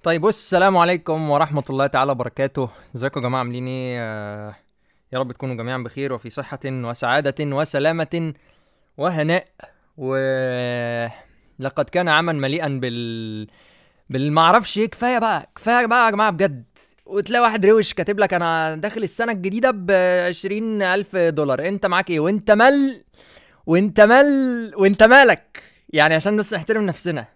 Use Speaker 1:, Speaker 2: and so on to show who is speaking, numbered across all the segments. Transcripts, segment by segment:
Speaker 1: طيب بص، السلام عليكم ورحمة الله تعالى وبركاته. ازيكم يا جماعة؟ عاملين ايه؟ يا رب تكونوا جميعا بخير وفي صحة وسعادة وسلامة وهناء. لقد كان عاما مليئا بالمعرفش ايه. كفاية بقى، كفاية بقى يا جماعة بجد. وتلاقي واحد روش كاتب لك انا داخل السنة الجديدة ب20,000 دولار. انت معاك ايه؟ وانت مالك؟ يعني عشان بس نحترم نفسنا.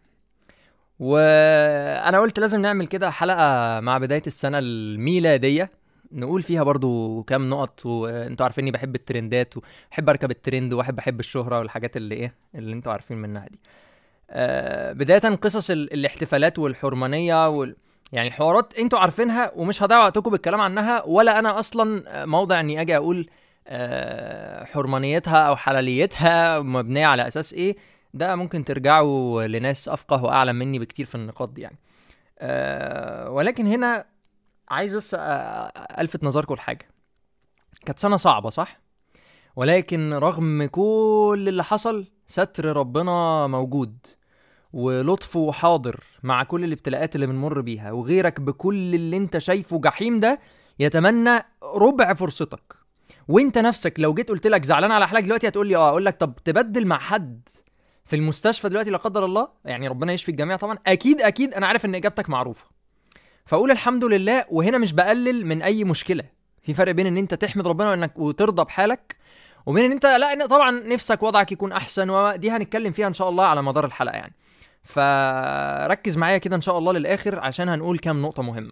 Speaker 1: وانا قلت لازم نعمل كده حلقة مع بداية السنة الميلادية، نقول فيها برضو كام نقط. وانتوا عارفين اني بحب الترندات وبحب اركب الترند واحب الشهرة والحاجات اللي انتوا عارفين منها دي. بداية قصص الاحتفالات والحرمانية يعني حوارات انتوا عارفينها، ومش هضيع وقتكم بالكلام عنها، ولا انا اصلا موضع اني اجي اقول حرمانيتها او حلاليتها مبنية على اساس ايه. ده ممكن ترجعوا لناس افقه واعلم مني بكتير في النقاط دي يعني. ولكن هنا عايز بس الفت نظركم لحاجه. كانت سنه صعبه صح، ولكن رغم كل اللي حصل ستر ربنا موجود، ولطفه حاضر مع كل الابتلاءات اللي بنمر بيها. وغيرك بكل اللي انت شايفه جحيم ده يتمنى ربع فرصتك. وانت نفسك لو جيت قلت لك زعلان على حالك دلوقتي هتقول لي اقول لك طب تبدل مع حد في المستشفى دلوقتي لا قدر الله، يعني ربنا يشفي الجميع طبعا. اكيد انا عارف ان اجابتك معروفه، فاقول الحمد لله. وهنا مش بقلل من اي مشكله. في فرق بين ان انت تحمد ربنا وانك وترضى بحالك، وبين ان انت لا، إن طبعا نفسك وضعك يكون احسن، ودي هنتكلم فيها ان شاء الله على مدار الحلقه يعني. فركز معايا كده ان شاء الله للاخر عشان هنقول كام نقطه مهمه.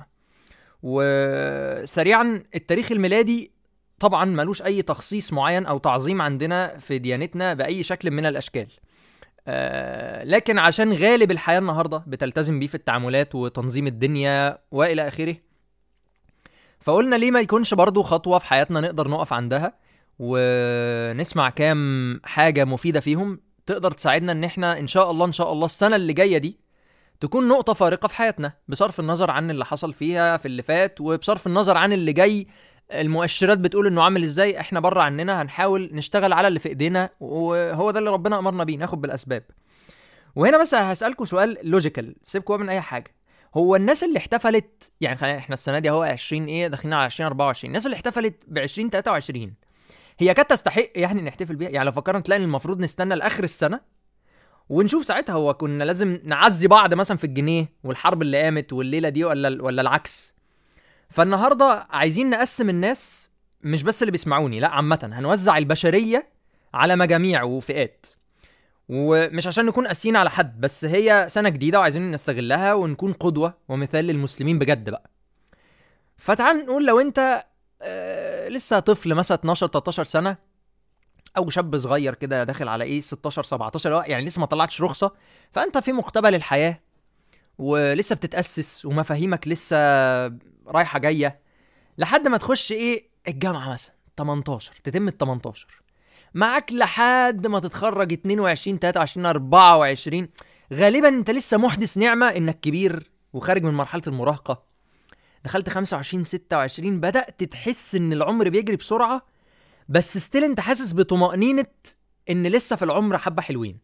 Speaker 1: وسريعا، التاريخ الميلادي طبعا ملوش اي تخصيص معين او تعظيم عندنا في ديانتنا باي شكل من الاشكال. لكن عشان غالب الحياة النهاردة بتلتزم بيه في التعاملات وتنظيم الدنيا وإلى آخره، فقلنا ليه ما يكونش برضو خطوة في حياتنا نقدر نقف عندها ونسمع كام حاجة مفيدة فيهم تقدر تساعدنا ان احنا ان شاء الله السنة اللي جاية دي تكون نقطة فارقة في حياتنا، بصرف النظر عن اللي حصل فيها في اللي فات، وبصرف النظر عن اللي جاي. المؤشرات بتقول انه عامل ازاي، احنا بره عننا هنحاول نشتغل على اللي في ايدينا، وهو ده اللي ربنا امرنا بيه، ناخد بالاسباب. وهنا بس هسألكوا سؤال لوجيكال، سيبكوا من اي حاجة. هو الناس اللي احتفلت، يعني خلينا احنا السنة دي اهو 20 ايه داخلين على 2024، الناس اللي احتفلت ب 2023 هي كانت تستحق يعني نحتفل بيها؟ يعني لو فكرنا تلاقي المفروض نستنى لاخر السنة ونشوف ساعتها هو كنا لازم نعزي بعض مثلا في الجنيه والحرب اللي قامت والليلة دي، ولا العكس. فالنهاردة عايزين نقسم الناس، مش بس اللي بيسمعوني، لا عامة هنوزع البشرية على مجاميع وفئات. ومش عشان نكون قاسيين على حد، بس هي سنة جديدة وعايزين نستغلها ونكون قدوة ومثال للمسلمين بجد بقى. فتعال نقول لو انت لسه طفل مثلا 12 13 سنة، او شاب صغير كده داخل على ايه 16 17، يعني لسه ما طلعتش رخصة، فانت في مقتبل الحياة ولسه بتتأسس ومفاهيمك لسه رايحة جاية، لحد ما تخش ايه الجامعة مثلا 18، تتم ال 18 معاك لحد ما تتخرج 22 23 24. غالبا انت لسه محدث نعمة انك كبير وخارج من مرحلة المراهقة. دخلت 25 26 بدأت تحس ان العمر بيجري بسرعة، بس ستيل انت حاسس بطمأنينة ان لسه في العمر حبة حلوين.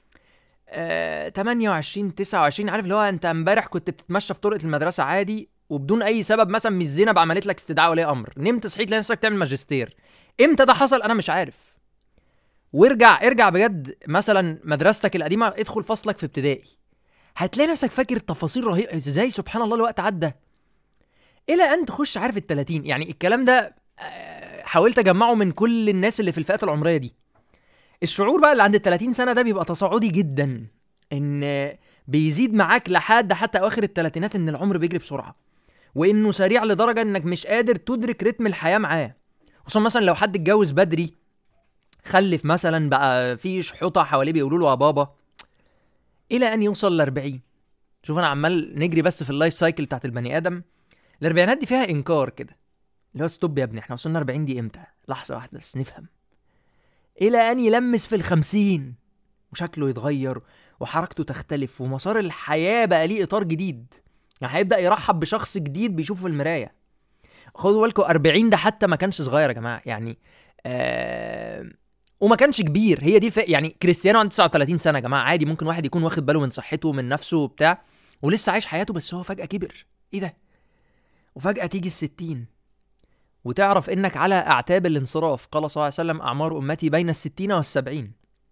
Speaker 1: 28 29، عارف اللي هو انت امبارح كنت بتتمشى في طرقة المدرسة عادي وبدون اي سبب، مثلا مش زينب عملت لك استدعاء ولي امر، نمت صحيت لقيت نفسك تعمل ماجستير. امتى ده حصل؟ انا مش عارف. ارجع بجد مثلا مدرستك القديمه، ادخل فصلك في ابتدائي، هتلاقي نفسك فاكر تفاصيل رهيبه ازاي، سبحان الله الوقت عدى. الى ان تخش عارف ال30، يعني الكلام ده حاولت اجمعه من كل الناس اللي في الفئات العمريه دي. الشعور بقى اللي عند ال30 سنه ده بيبقى تصاعدي جدا، ان بيزيد معاك لحد حتى اواخر الثلاثينات، ان العمر بيجري بسرعه وانه سريع لدرجه انك مش قادر تدرك رتم الحياه معاه. خصوصا مثلا لو حد اتجوز بدري، خلف مثلا، بقى في شحوطه حواليه بيقولوا له يا بابا، الى ان يوصل ل40. شوف انا عمال نجري بس في اللايف سايكل بتاعت البني ادم. الاربعينات دي فيها انكار كده، اللي هو ستوب يا ابني، احنا وصلنا 40 دي امتى؟ لحظه واحده بس نفهم. الى ان يلمس في ال50 وشكله يتغير وحركته تختلف ومسار الحياه بقى ليه اطار جديد، يعني هيبدا يرحب بشخص جديد بيشوفه في المرايه. خدوا بالكم 40 ده حتى ما كانش صغير يا جماعه يعني. وما كانش كبير، هي دي يعني كريستيانو عنده 39 سنه يا جماعه، عادي ممكن واحد يكون واخد باله من صحته ومن نفسه وبتاع، ولسه عايش حياته، بس هو فجأة كبر. ايه ده؟ وفجأة تيجي 60 وتعرف انك على اعتاب الانصراف. قال صلى الله عليه وسلم: اعمار امتي بين 60 وال70.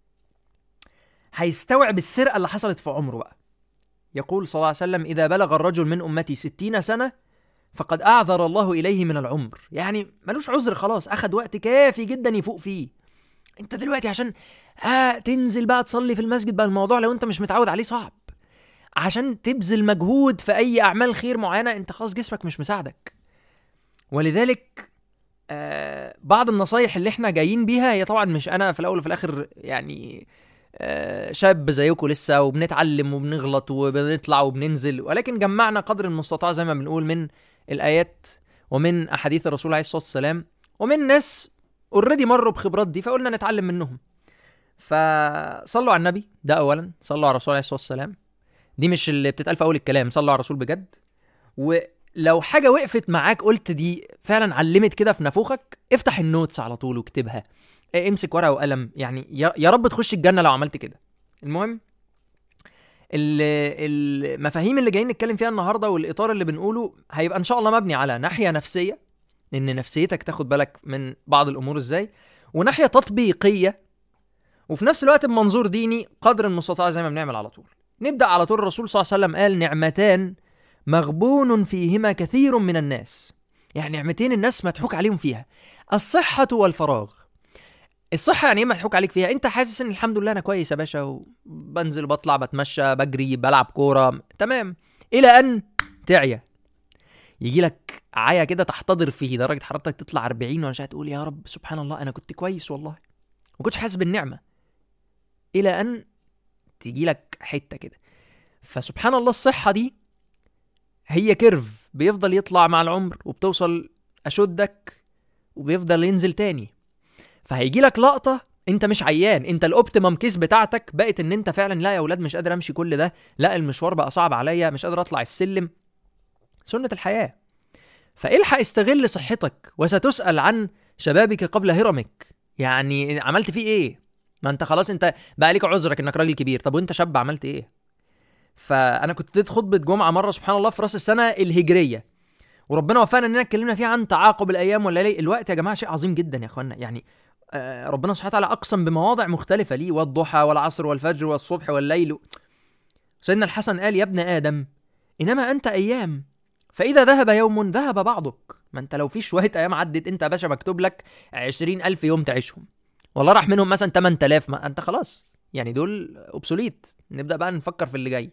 Speaker 1: هيستوعب السرقة اللي حصلت في عمره بقى. يقول صلى الله عليه وسلم: اذا بلغ الرجل من امتي 60 سنة فقد اعذر الله اليه من العمر. يعني ملوش عذر، خلاص اخد وقت كافي جدا يفوق فيه. انت دلوقتي عشان تنزل بقى تصلي في المسجد بقى الموضوع لو انت مش متعود عليه صعب. عشان تبذل مجهود في اي اعمال خير معينة انت خلاص جسمك مش مساعدك. ولذلك بعض النصايح اللي احنا جايين بيها هي طبعا مش انا في الاول وفي الاخر يعني شاب زيكم لسه وبنتعلم وبنغلط وبنطلع وبننزل، ولكن جمعنا قدر المستطاع زي ما بنقول من الآيات ومن أحاديث الرسول عليه الصلاة والسلام ومن ناس اوريدي مروا بخبرات دي، فقلنا نتعلم منهم. فصلوا على النبي، ده أولا. صلوا على الرسول عليه الصلاة والسلام، دي مش اللي بتتقال في أول الكلام، صلوا على الرسول بجد. ولو حاجة وقفت معاك قلت دي فعلا علمت كده في نافوخك، افتح النوتس على طول واكتبها، امسك ورقة وقلم، يعني يا رب تخش الجنة لو عملت كده. المهم المفاهيم اللي جايين نتكلم فيها النهارده والاطار اللي بنقوله هيبقى ان شاء الله مبني على ناحيه نفسيه، ان نفسيتك تاخد بالك من بعض الامور ازاي، وناحيه تطبيقيه، وفي نفس الوقت بمنظور ديني قدر المستطاع زي ما بنعمل على طول. نبدا على طول. الرسول صلى الله عليه وسلم قال: نعمتان مغبون فيهما كثير من الناس. يعني نعمتين الناس مضحوك عليهم فيها: الصحه والفراغ. الصحة يعني ايه مضحوك عليك فيها؟ انت حاسس ان الحمد لله انا كويس يا باشا، وبنزل بطلع بتمشى بجري بلعب كورة تمام، الى ان تعيا، يجي لك عيا كده تحتضر فيه درجة حرارتك تطلع 40 ومش هتقول يا رب سبحان الله انا كنت كويس والله ما كنتش حاسس بالنعمة، الى ان تيجي لك حتة كده. فسبحان الله الصحة دي هي كيرف بيفضل يطلع مع العمر، وبتوصل اشدك وبيفضل ينزل تاني. فهيجي لك لقطة انت مش عيان، انت الاوبتيمم كيس بتاعتك بقت ان انت فعلا لا يا اولاد مش قادر امشي كل ده، لا المشوار بقى صعب عليا، مش قادر اطلع السلم. سنة الحياة. فالحق استغل صحتك وستسأل عن شبابك قبل هرمك. يعني عملت فيه ايه؟ ما انت خلاص انت بقى ليك عذرك انك راجل كبير، طب وانت شاب عملت ايه؟ فانا كنت اديت خطبة جمعة مرة سبحان الله في راس السنة الهجرية، وربنا وفقنا اننا اتكلمنا فيها عن تعاقب الايام والليالي. الوقت يا جماعة شيء عظيم جدا يا اخوانا. يعني ربنا سبحانه وتعالى أقسم بمواضع مختلفة ليه: والضحى والعصر والفجر والصبح والليل. سيدنا الحسن قال: يا ابن آدم إنما أنت أيام، فإذا ذهب يوم ذهب بعضك. ما أنت لو في شوية أيام عدت أنت يا باشا مكتوب لك 20,000 يوم تعيشهم، والله راح منهم مثلا 8,000، ما أنت خلاص يعني دول أوبسوليت. نبدأ بقى نفكر في اللي جاي.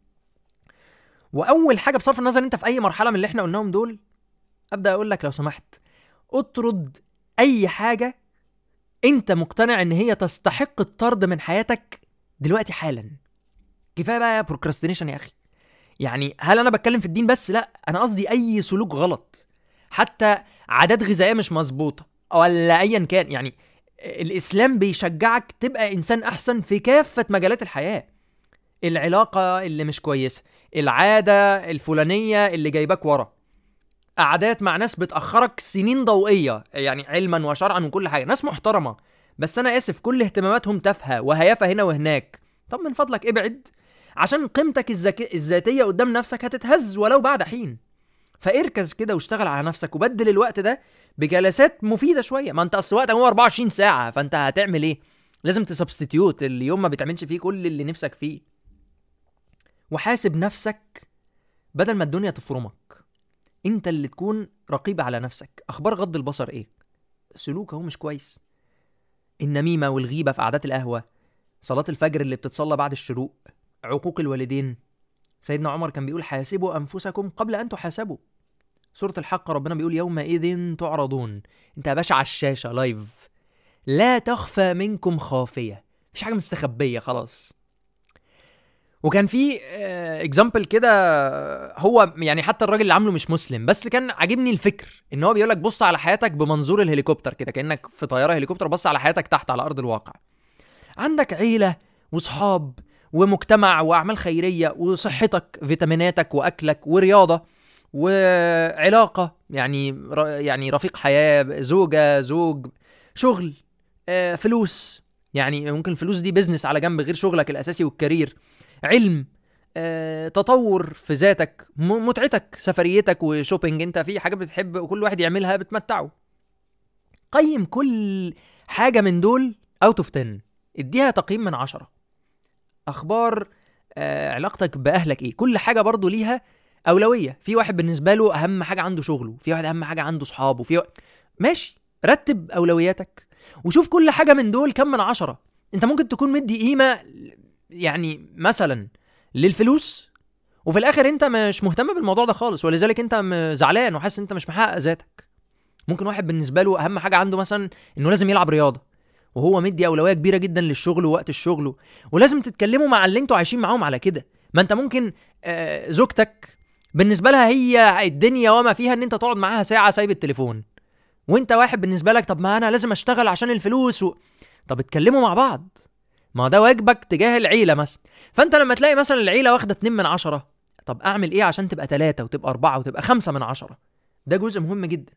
Speaker 1: وأول حاجة بصرف النظر أنت في أي مرحلة من اللي احنا قلناهم دول، أبدأ أقول لك لو سمحت اطرد أي حاجة انت مقتنع ان هي تستحق الطرد من حياتك دلوقتي حالا. كفايه بقى بروكراستينيشن يا اخي. يعني هل انا بتكلم في الدين بس؟ لا، انا قصدي اي سلوك غلط، حتى عادات غذائيه مش مظبوطه ولا ايا كان. يعني الاسلام بيشجعك تبقى انسان احسن في كافه مجالات الحياه. العلاقه اللي مش كويسه، العاده الفلانيه اللي جايباك ورا، قعدات مع ناس بتأخرك سنين ضوئية يعني علما وشرعا وكل حاجة، ناس محترمة بس أنا آسف كل اهتماماتهم تافهة وهيافة هنا وهناك. طب من فضلك ابعد، عشان قيمتك الذاتية قدام نفسك هتتهز ولو بعد حين. فاركز كده واشتغل على نفسك، وبدل الوقت ده بجلسات مفيدة شوية. ما انت أصل وقتك هو 24 ساعة، فانت هتعمل ايه؟ لازم تسبستيتيوت اليوم ما بتعملش فيه كل اللي نفسك فيه. وحاسب نفسك بدل ما الدنيا تفرمك. انت اللي تكون رقيب على نفسك. اخبار غض البصر ايه؟ سلوك اهو مش كويس، النميمه والغيبه في قعدات القهوه، صلاه الفجر اللي بتتصلى بعد الشروق، عقوق الوالدين. سيدنا عمر كان بيقول: حاسبوا انفسكم قبل ان تحاسبوا. سوره الحق ربنا بيقول: يومئذ تعرضون. انت يا باشا على الشاشه لايف، لا تخفى منكم خافيه، مفيش حاجه مستخبيه خلاص. وكان في اكزامبل كده، هو يعني حتى الراجل اللي عامله مش مسلم، بس كان عاجبني الفكر ان هو بيقولك بص على حياتك بمنظور الهليكوبتر كده، كأنك في طيارة هليكوبتر بص على حياتك تحت على أرض الواقع. عندك عيلة وصحاب ومجتمع وأعمال خيرية وصحتك، فيتاميناتك وأكلك ورياضة وعلاقة، يعني رفيق حياة، زوجة زوج، شغل، فلوس، يعني ممكن الفلوس دي بيزنس على جنب غير شغلك الأساسي والكارير، علم، تطور في ذاتك، متعتك، سفريتك وشوبينج، انت في حاجة بتحب وكل واحد يعملها بتمتعه. قيم كل حاجة من دول اوت اوف 10، اديها تقييم من 10. اخبار علاقتك باهلك ايه؟ كل حاجة برضو ليها اولوية. في واحد بالنسبة له اهم حاجة عنده شغله، في واحد اهم حاجة عنده صحابه، ماشي، رتب اولوياتك وشوف كل حاجة من دول كم من 10. انت ممكن تكون مدي قيمة يعني مثلا للفلوس، وفي الاخر انت مش مهتم بالموضوع ده خالص، ولذلك انت زعلان وحاسس انت مش محقق ذاتك. ممكن واحد بالنسبه له اهم حاجه عنده مثلا انه لازم يلعب رياضه، وهو مدي اولويه كبيره جدا للشغل ووقت الشغل، ولازم تتكلموا مع اللي انتوا عايشين معاهم على كده. ما انت ممكن زوجتك بالنسبه لها هي الدنيا وما فيها ان انت تقعد معاها ساعه سايب التليفون، وانت واحد بالنسبه لك طب ما انا لازم اشتغل عشان الفلوس طب اتكلموا مع بعض، ما ده واجبك تجاه العيله مثلا. فانت لما تلاقي مثلا العيله واخده 2 من 10، طب اعمل ايه عشان تبقى 3 وتبقى 4 وتبقى 5 من 10؟ ده جزء مهم جدا.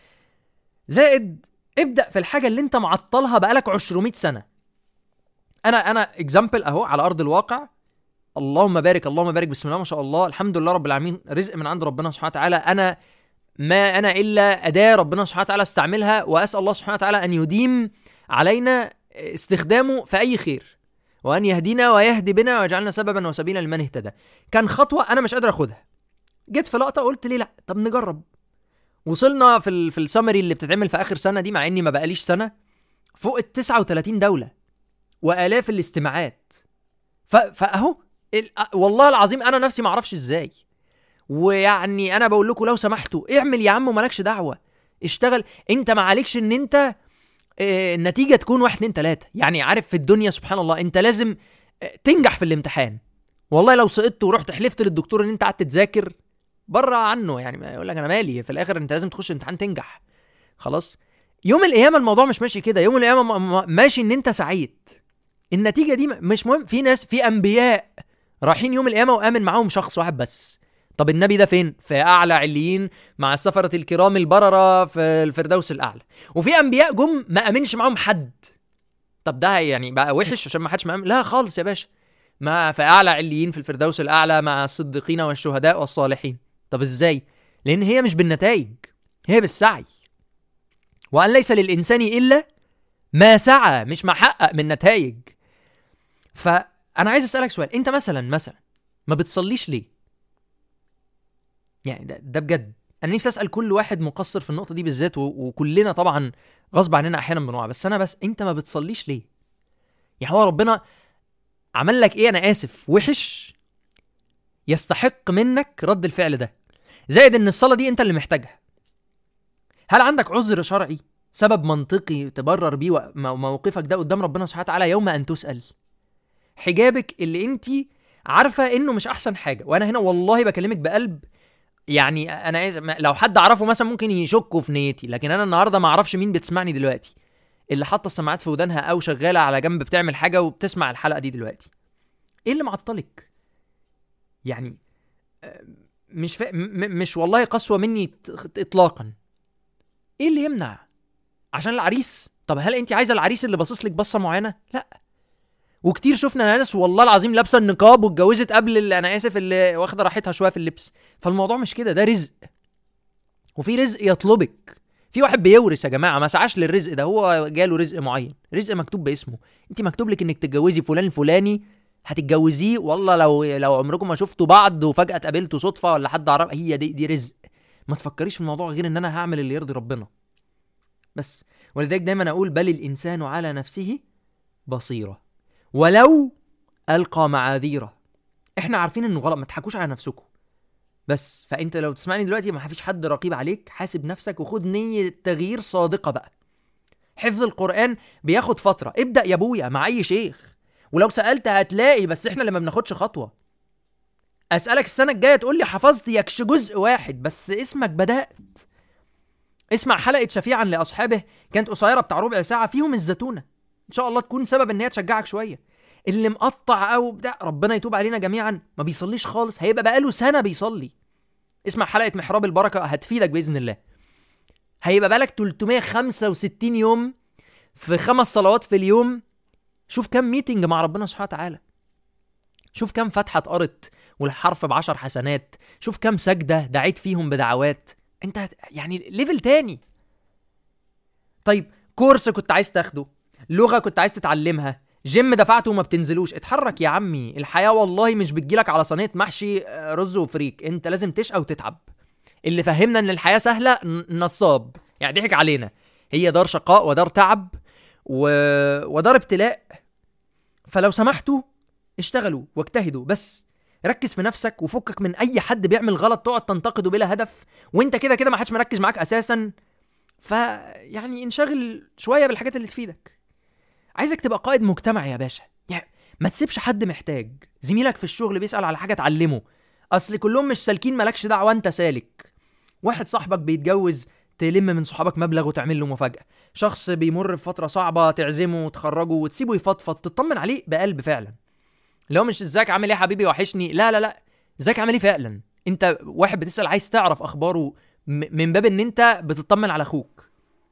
Speaker 1: زائد ابدأ في الحاجة اللي انت معطلها بقالك 200 سنة. انا اكزامبل اهو على ارض الواقع. اللهم بارك اللهم بارك، بسم الله ما شاء الله، الحمد لله رب العالمين، رزق من عند ربنا سبحانه وتعالى. انا ما انا الا اداة ربنا سبحانه وتعالى استعملها، واسال الله سبحانه وتعالى ان يديم علينا استخدامه في اي خير، وان يهدينا ويهدي بنا ويجعلنا سببا وسبيلا لمن اهتدى. كان خطوة انا مش قادر اخدها، جيت في لقطة قلت ليه لا، طب نجرب. وصلنا في السمري اللي بتتعمل في اخر سنة دي، مع اني ما بقاليش سنة، فوق 39 دولة والاف الاستماعات. فاهو والله العظيم انا نفسي ما اعرفش ازاي. ويعني انا بقول لكم لو سمحتوا اعمل يا عم ومالكش دعوة، اشتغل انت، ما عليكش ان انت النتيجة تكون 1 2 3. يعني عارف في الدنيا سبحان الله انت لازم تنجح في الامتحان. والله لو سقطت ورحت حلفت للدكتور ان انت قعدت تذاكر بره عنه، يعني ما يقول لك انا مالي، في الاخر انت لازم تخش امتحان تنجح خلاص. يوم القيامة الموضوع مش ماشي كده، يوم القيامة ماشي ان انت سعيد. النتيجة دي مش مهم. في ناس، في انبياء رايحين يوم القيامة وآمن معاهم شخص واحد بس. طب النبي ده فين؟ في اعلى عليين مع السفرة الكرام البررة في الفردوس الاعلى. وفي انبياء جم ما امنش معاهم حد. طب ده يعني بقى وحش عشان ما حدش مأمن؟ لا خالص يا باشا، ما في اعلى عليين في الفردوس الاعلى مع الصديقين والشهداء والصالحين. طب ازاي؟ لان هي مش بالنتائج، هي بالسعي. وان ليس للانسان الا ما سعى، مش ما حقق من نتائج. فانا عايز اسالك سؤال، انت مثلا ما بتصليش ليه؟ يعني ده بجد انا نفسي اسال كل واحد مقصر في النقطه دي بالذات، وكلنا طبعا غصب عننا احيانا بنوع، بس انت ما بتصليش ليه؟ يعني هو ربنا عمل لك ايه انا اسف وحش يستحق منك رد الفعل ده؟ زائد ان الصلاه دي انت اللي محتاجها. هل عندك عذر شرعي، سبب منطقي تبرر بيه موقفك ده قدام ربنا سبحانه وتعالى يوم ان تسأل؟ حجابك اللي انت عارفه انه مش احسن حاجه، وانا هنا والله بكلمك بقلب، يعني انا لو حد اعرفه مثلا ممكن يشكوا في نيتي، لكن انا النهارده ما اعرفش مين بتسمعني دلوقتي، اللي حاطه السماعات في ودانها او شغاله على جنب بتعمل حاجه وبتسمع الحلقه دي دلوقتي. ايه اللي معطلك؟ يعني مش والله قسوه مني اطلاقا. ايه اللي يمنع؟ عشان العريس؟ طب هل انت عايزه العريس اللي باصص لك بصه معينه؟ لا. وكتير شفنا ناس والله العظيم لابسه النقاب واتجوزت قبل اللي انا اسف اللي واخده راحتها شويه في اللبس. فالموضوع مش كده، ده رزق، وفي رزق يطلبك. في واحد بيورث يا جماعه، ما سعاش للرزق ده، هو جاله رزق معين، رزق مكتوب باسمه. انت مكتوب لك انك تتجوزي فلان الفلاني، هتتجوزيه. والله لو عمركم ما شفتوا بعض وفجاه اتقابلتوا صدفه ولا حد عرف، هي دي رزق. ما تفكريش في الموضوع غير ان انا هعمل اللي يرضي ربنا بس. ولذلك دايما اقول بل الانسان على نفسه بصيره ولو القى معاذيره. احنا عارفين انه غلط، ما تضحكوش على نفسكم بس. فانت لو تسمعني دلوقتي ما فيش حد رقيب عليك، حاسب نفسك وخد نية تغيير صادقة بقى. حفظ القرآن بياخد فترة، ابدأ يا ابويا مع اي شيخ، ولو سألت هتلاقي، بس احنا لما بناخدش خطوة. اسألك السنة الجاية تقول لي حفظت يكش جزء واحد بس اسمك بدأت. اسمع حلقة شفيعا لأصحابه، كانت قصيرة بتاع ربع ساعة، فيهم الزتونة، ان شاء الله تكون سبب ان هي تشجعك شوية. اللي مقطع او بتاع ربنا يتوب علينا جميعا ما بيصليش خالص، هيبقى بقاله سنة بيصلي. اسمع حلقة محراب البركة هتفيدك بإذن الله. هيبقى بالك 365 يوم في 5 صلوات في اليوم. شوف كم ميتنج مع ربنا سبحانه وتعالى. شوف كم فتحة اتقرت والحرف ب10 حسنات، شوف كم سجدة دعيت فيهم بدعوات. انت يعني ليفل تاني. طيب كورس كنت عايز تاخده، لغة كنت عايز تتعلمها، جيم دفعته وما بتنزلوش، اتحرك يا عمي. الحياة والله مش بتجيلك على صينية محشي رز وفريك، انت لازم تشقى وتتعب. اللي فهمنا ان الحياة سهلة نصاب، يعني ضحك علينا. هي دار شقاء ودار تعب ودار ابتلاء. فلو سمحتوا اشتغلوا واجتهدوا، بس ركز في نفسك وفكك من اي حد بيعمل غلط تقعد تنتقده بلا هدف، وانت كده كده ما حدش مركز معاك اساسا. فيعني انشغل شويه بالحاجات اللي تفيدك. عايزك تبقى قائد مجتمع يا باشا، يعني ما تسيبش حد محتاج. زميلك في الشغل بيسأل على حاجه تعلمه، اصل كلهم مش سالكين، مالكش دعوه انت سالك. واحد صاحبك بيتجوز، تلم من صحابك مبلغ وتعمل له مفاجأة. شخص بيمر بفترة صعبة، تعزمه وتخرجه وتسيبه يفضفض، تطمن عليه بقلب فعلا. لو مش ازيك عامل ايه يا حبيبي وحشني، لا لا لا، ازيك عامل ايه فعلا. انت واحد بتسأل عايز تعرف اخباره من باب ان انت بتطمن على اخوك.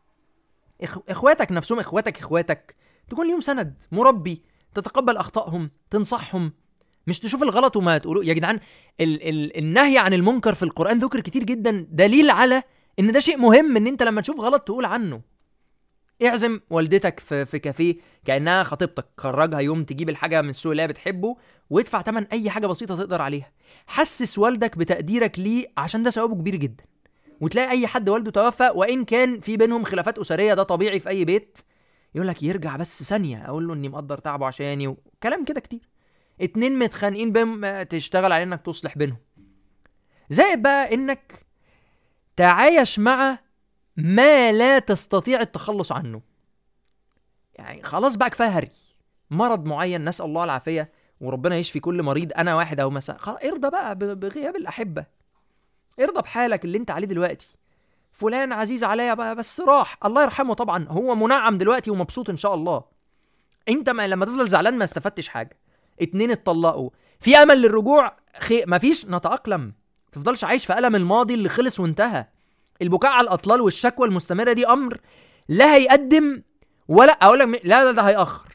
Speaker 1: اخواتك نفسهم اخواتك تكون ليهم سند مربي، تتقبل اخطائهم، تنصحهم، مش تشوف الغلط وما تقولوا يا جدعان. النهي عن المنكر في القرآن ذكر كتير جدا، دليل على ان ده شيء مهم، ان انت لما تشوف غلط تقول عنه. اعزم والدتك في كافيه كأنها خطيبتك، خرجها يوم تجيب الحاجة من السوق اللي هي بتحبه، وادفع تمن اي حاجة بسيطة تقدر عليها. حسس والدك بتقديرك ليه، عشان ده ثوابه كبير جدا. وتلاقي اي حد والده توفى وان كان في بينهم خلافات اسرية، ده طبيعي في اي بيت، يقول لك يرجع بس ثانية اقول له اني مقدر تعبه عشاني، وكلام كده كتير. 2 متخانقين بينهم تشتغل على انك تصلح بينهم. زائد بقى انك تعايش مع ما لا تستطيع التخلص عنه. يعني خلاص بقى كفايه هري. مرض معين نسأل الله العافية وربنا يشفي كل مريض، انا واحد او مثلا، ارضى بقى بغياب الاحبة، ارضى بحالك اللي انت عليه دلوقتي. فلان عزيز عليا بقى بس راح، الله يرحمه طبعا، هو منعم دلوقتي ومبسوط ان شاء الله. انت لما تفضل زعلان ما استفدتش حاجة. 2 اتطلقوا، في امل للرجوع؟ خير، مفيش، نتأقلم. تفضلش عايش في ألم الماضي اللي خلص وانتهى. البكاء على الأطلال والشكوى المستمرة دي أمر لا هيقدم ولا أقولك لا، ده هيأخر.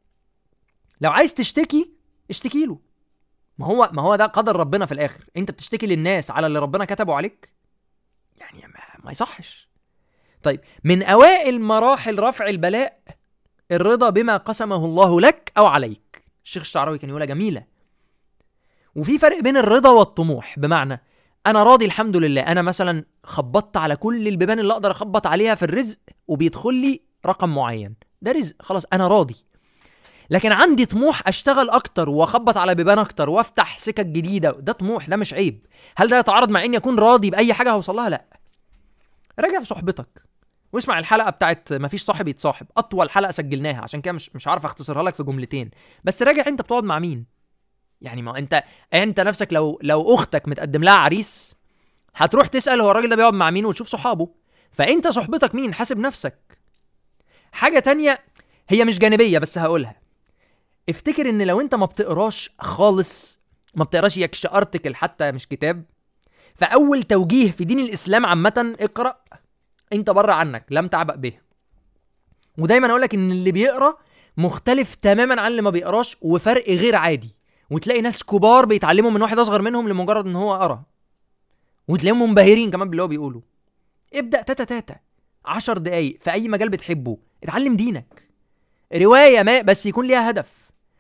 Speaker 1: لو عايز تشتكي اشتكي له. ما هو ده قدر ربنا في الآخر. انت بتشتكي للناس على اللي ربنا كتبه عليك، يعني ما يصحش. طيب من أوائل مراحل رفع البلاء الرضا بما قسمه الله لك أو عليك. الشيخ الشعراوي كان يقولها جميلة. وفي فرق بين الرضا والطموح، بمعنى انا راضي الحمد لله، انا مثلا خبطت على كل البيبان اللي اقدر اخبط عليها في الرزق وبيدخل لي رقم معين، ده رزق خلاص انا راضي. لكن عندي طموح اشتغل اكتر واخبط على بيبان اكتر وافتح سكك جديده، ده طموح، ده مش عيب. هل ده يتعارض مع اني اكون راضي باي حاجه هوصل لها؟ لا. راجع صحبتك واسمع الحلقه بتاعت مفيش صاحب يتصاحب، اطول حلقه سجلناها، عشان كده مش عارف اختصرها لك في جملتين بس. راجع انت بتقعد مع مين. يعني ما انت نفسك لو اختك متقدم لها عريس، هتروح تسأل هو الراجل ده بيقعد مع مين وتشوف صحابه. فانت صحبتك مين؟ حاسب نفسك. حاجة تانية هي مش جانبية بس هقولها. افتكر ان لو انت ما بتقراش خالص، ما بتقراش يكش ارتكل حتى مش كتاب، فاول توجيه في دين الاسلام عامة اقرأ. انت بره عنك لم تعبأ به. ودايما اقولك ان اللي بيقرأ مختلف تماما عن اللي ما بيقراش، وفرق غير عادي. وتلاقي ناس كبار بيتعلموا من واحد اصغر منهم لمجرد ان هو قرا، وتلاقيهم منبهرين كمان باللي هو بيقوله. ابدأ تاتا 10 دقايق في اي مجال بتحبه، اتعلم دينك. رواية ما بس يكون ليها هدف،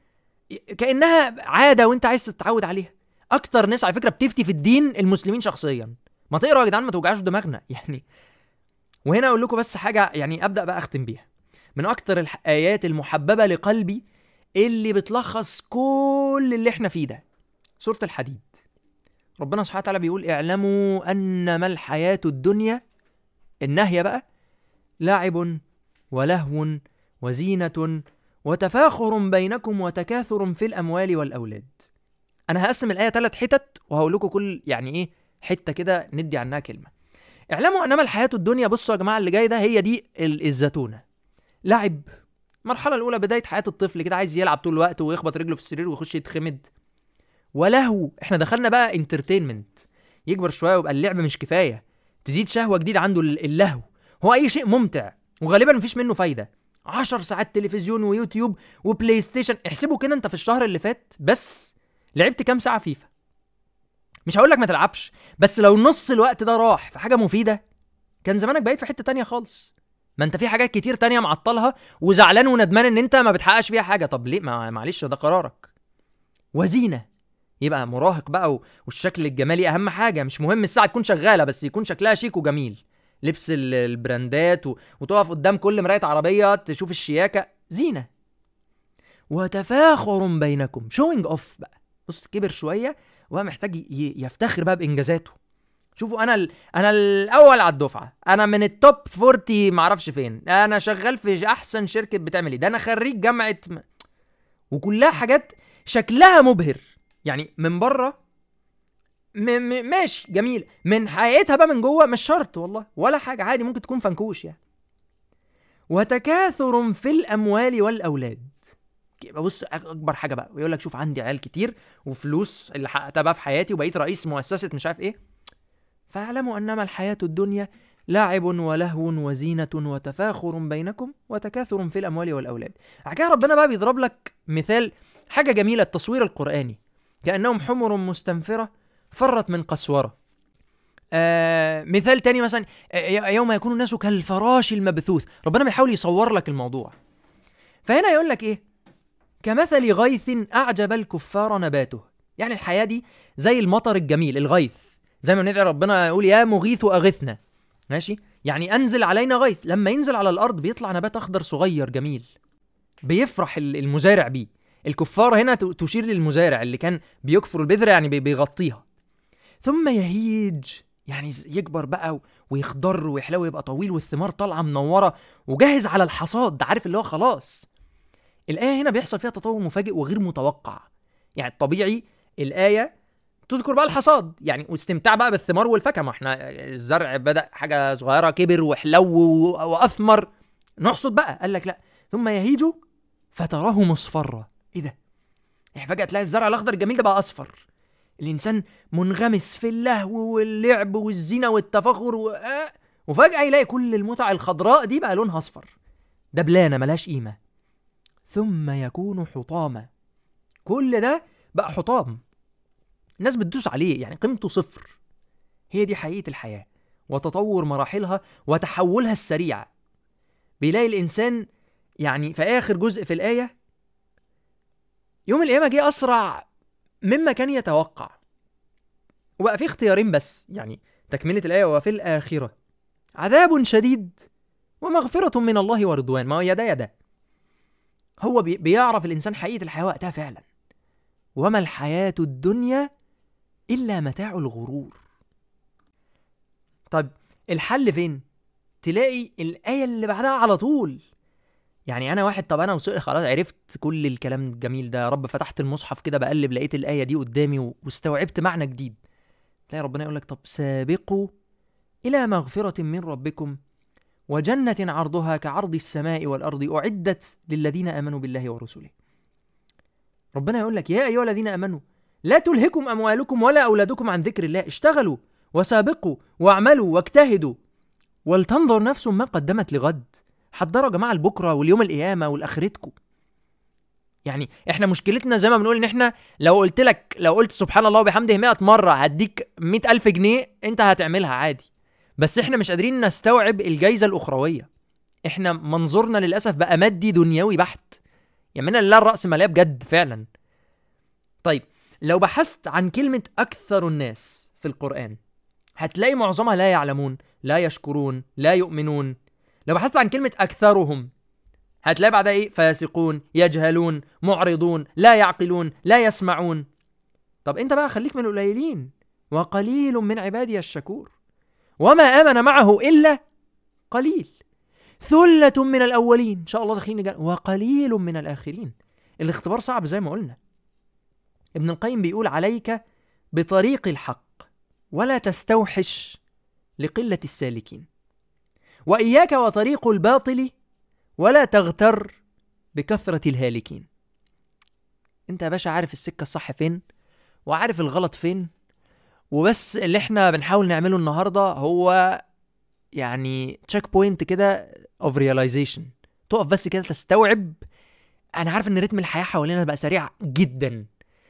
Speaker 1: كأنها عادة وانت عايز تتعود عليها. اكتر ناس على فكرة بتفتي في الدين المسلمين شخصيا. ما تقرا يا جدعان، ما توجعش دماغنا يعني. وهنا اقول لكم بس حاجة يعني ابدأ بقى اختم بيها. من اكتر الايات المحببة لقلبي اللي بتلخص كل اللي احنا فيه ده، سورة الحديد. ربنا سبحانه وتعالى بيقول اعلموا انما الحياة الدنيا، النهي بقى، لعب ولهو وزينة وتفاخر بينكم وتكاثر في الاموال والاولاد. انا هقسم الايه 3 حتت وهقول لكم كل يعني ايه حته كده ندي عنها كلمه. اعلموا انما الحياة الدنيا، بصوا يا جماعه اللي جاي ده هي دي الزتونه. لعب، المرحله الاولى بدايه حياه الطفل كده، عايز يلعب طول الوقت ويخبط رجله في السرير ويخش يتخمد. ولهو، احنا دخلنا بقى انترتينمنت، يكبر شويه ويبقى اللعب مش كفايه، تزيد شهوه جديده عنده اللهو. هو اي شيء ممتع وغالبا مفيش منه فايده. 10 ساعات تلفزيون ويوتيوب وبلاي ستيشن، احسبوا كده انت في الشهر اللي فات بس لعبت كام ساعه فيفا؟ مش هقولك ما تلعبش، بس لو نص الوقت ده راح في حاجه مفيده كان زمانك بقيت في حته تانية خالص. ما انت في حاجات كتير تانية معطلها وزعلان وندمان ان انت ما بتحققش فيها حاجه. طب ليه؟ معلش ده قرارك. وزينه، يبقى مراهق بقى والشكل الجمالي اهم حاجه، مش مهم الساعه تكون شغاله بس يكون شكلها شيك وجميل، لبس البراندات وتقف قدام كل مرايه عربيه تشوف الشياكه، زينه. وتفاخر بينكم، شوينج اوف بقى. بص كبر شويه وبقى محتاج يفتخر بقى بانجازاته. شوفوا انا الاول على الدفعه، انا من التوب 40 معرفش فين، انا شغال في احسن شركه بتعمل ايه، ده انا خريج جامعه وكلها حاجات شكلها مبهر يعني من بره ماشي جميل، من حقيقتها بقى من جوه مش شرط والله ولا حاجه، عادي ممكن تكون فنكوش يعني. وتكاثر في الاموال والاولاد، يبقى بص اكبر حاجه بقى ويقول لك شوف عندي عيال كتير وفلوس اللي حققتها بقى في حياتي وبقيت رئيس مؤسسه مش عارف ايه. فاعلموا انما الحياه الدنيا لعب ولهو وزينه وتفاخر بينكم وتكاثر في الاموال والاولاد. كده ربنا بقى بيضرب لك مثال، حاجه جميله التصوير القراني، كانهم حمر مستنفره فرت من قسوره. مثال تاني مثلا يوم يكون الناس كالفراش المبثوث، ربنا بيحاول يصور لك الموضوع. فهنا يقول لك ايه؟ كمثل غيث اعجب الكفار نباته، يعني الحياه دي زي المطر الجميل الغيث، زي ما ندعي ربنا يقول يا مغيث اغثنا، ماشي؟ يعني انزل علينا غيث، لما ينزل على الارض بيطلع نبات اخضر صغير جميل بيفرح المزارع بيه. الكفار هنا تشير للمزارع اللي كان بيكفر البذرة، يعني بيغطيها. ثم يهيج، يعني يكبر بقى ويخضر ويحلو ويبقى طويل والثمار طالعه منوره وجاهز على الحصاد، ده عارف اللي هو خلاص. الايه هنا بيحصل فيها تطور مفاجئ وغير متوقع. يعني الطبيعي الايه تذكر بقى الحصاد يعني واستمتاع بقى بالثمار والفاكهه، ما احنا الزرع بدا حاجه صغيره كبر وحلو واثمر نحصد بقى. قال لك لا، ثم يهيج فتراه مصفرا. ايه ده؟ يعني فجاه تلاقي الزرع الاخضر الجميل ده بقى اصفر. الانسان منغمس في اللهو واللعب والزينه والتفاخر وفجاه يلاقي كل المتع الخضراء دي بقى لونها اصفر، دبلانه ملهاش قيمه. ثم يكون حطاما، كل ده بقى حطام الناس بتدوس عليه، يعني قيمته صفر. هي دي حقيقه الحياه وتطور مراحلها وتحولها السريع. بيلاقي الانسان يعني في اخر جزء في الايه يوم القيامه جه اسرع مما كان يتوقع، وبقى في اختيارين بس، يعني تكمله الايه وفي الاخره عذاب شديد ومغفره من الله ورضوان. ما هو يدا هو بيعرف الانسان حقيقه الحياه وقتها فعلا. وما الحياه الدنيا الا متاع الغرور. طب الحل فين؟ تلاقي الايه اللي بعدها على طول. يعني انا واحد، طب انا وصلت خلاص عرفت كل الكلام الجميل ده يا رب، فتحت المصحف كده بقلب لقيت الايه دي قدامي واستوعبت معنى جديد. تلاقي ربنا يقول لك طب سابقوا الى مغفره من ربكم وجنه عرضها كعرض السماء والارض اعدت للذين امنوا بالله ورسله. ربنا يقول لك يا ايها الذين امنوا لا تلهكم اموالكم ولا اولادكم عن ذكر الله، اشتغلوا وسابقوا واعملوا واجتهدوا ولتنظر نفس ما قدمت لغد. حضروا يا جماعه لبكره واليوم القيامه والاخرتكم. يعني احنا مشكلتنا زي ما بنقول ان احنا لو قلت سبحان الله وبحمده 100 مره هديك 100,000 جنيه انت هتعملها عادي، بس احنا مش قادرين نستوعب الجايزه الاخرويه. احنا منظورنا للاسف بقى مادي دنيوي بحت، يمنا لله الرأسمالية بجد فعلا. طيب لو بحثت عن كلمة أكثر الناس في القرآن هتلاقي معظمها لا يعلمون، لا يشكرون، لا يؤمنون. لو بحثت عن كلمة أكثرهم هتلاقي بعدها إيه؟ فاسقون، يجهلون، معرضون، لا يعقلون، لا يسمعون. طب أنت بقى خليك من القليلين. وقليل من عبادي الشكور وما آمن معه إلا قليل ثلة من الأولين إن شاء الله داخلين الجنة وقليل من الآخرين. الاختبار صعب زي ما قلنا. ابن القيم بيقول عليك بطريق الحق ولا تستوحش لقلة السالكين، وإياك وطريق الباطل ولا تغتر بكثرة الهالكين. انت يا باشا عارف السكة الصح فين وعارف الغلط فين، وبس اللي احنا بنحاول نعمله النهاردة هو يعني تشيك بوينت كده of realization. تقف بس كده تستوعب. انا عارف ان رتم الحياة حوالينا بقى سريع جدا،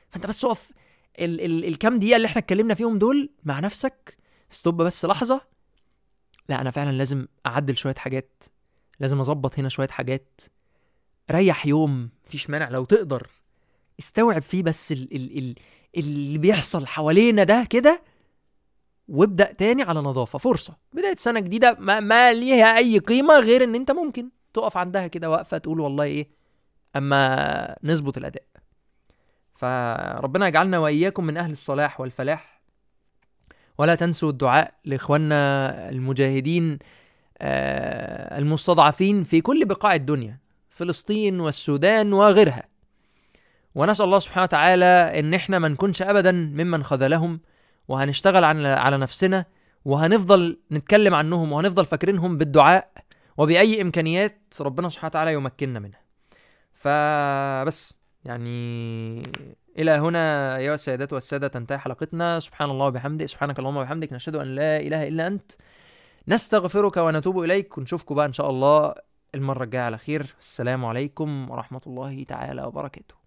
Speaker 1: فانت بس اقف الكام دقيقه اللي احنا اتكلمنا فيهم دول مع نفسك، ستوب بس لحظه. لا انا فعلا لازم اعدل شويه حاجات، لازم اظبط هنا شويه حاجات. ريح يوم مفيش مانع لو تقدر، استوعب فيه بس اللي بيحصل حوالينا ده كده، وابدأ تاني على نظافة. فرصة بداية سنة جديدة ما ليها أي قيمة غير إن أنت ممكن تقف عندها كده وقفة، تقول والله إيه أما نظبط الأداء. فربنا يجعلنا وإياكم من أهل الصلاح والفلاح. ولا تنسوا الدعاء لإخواننا المجاهدين المستضعفين في كل بقاع الدنيا، فلسطين والسودان وغيرها. ونسأل الله سبحانه وتعالى إن إحنا ما نكونش أبدا ممن خذلهم، وهنشتغل على نفسنا، وهنفضل نتكلم عنهم، وهنفضل فاكرينهم بالدعاء وبأي إمكانيات ربنا سبحانه وتعالى يمكننا منها. فبس يعني إلى هنا أيها السيدات والسادة تنتهي حلقتنا. سبحان الله وبحمده، سبحانك اللهم وبحمدك، نشهد أن لا إله إلا أنت، نستغفرك ونتوب إليك. ونشوفكم بقى إن شاء الله المرة الجاية على خير. السلام عليكم ورحمة الله تعالى وبركاته.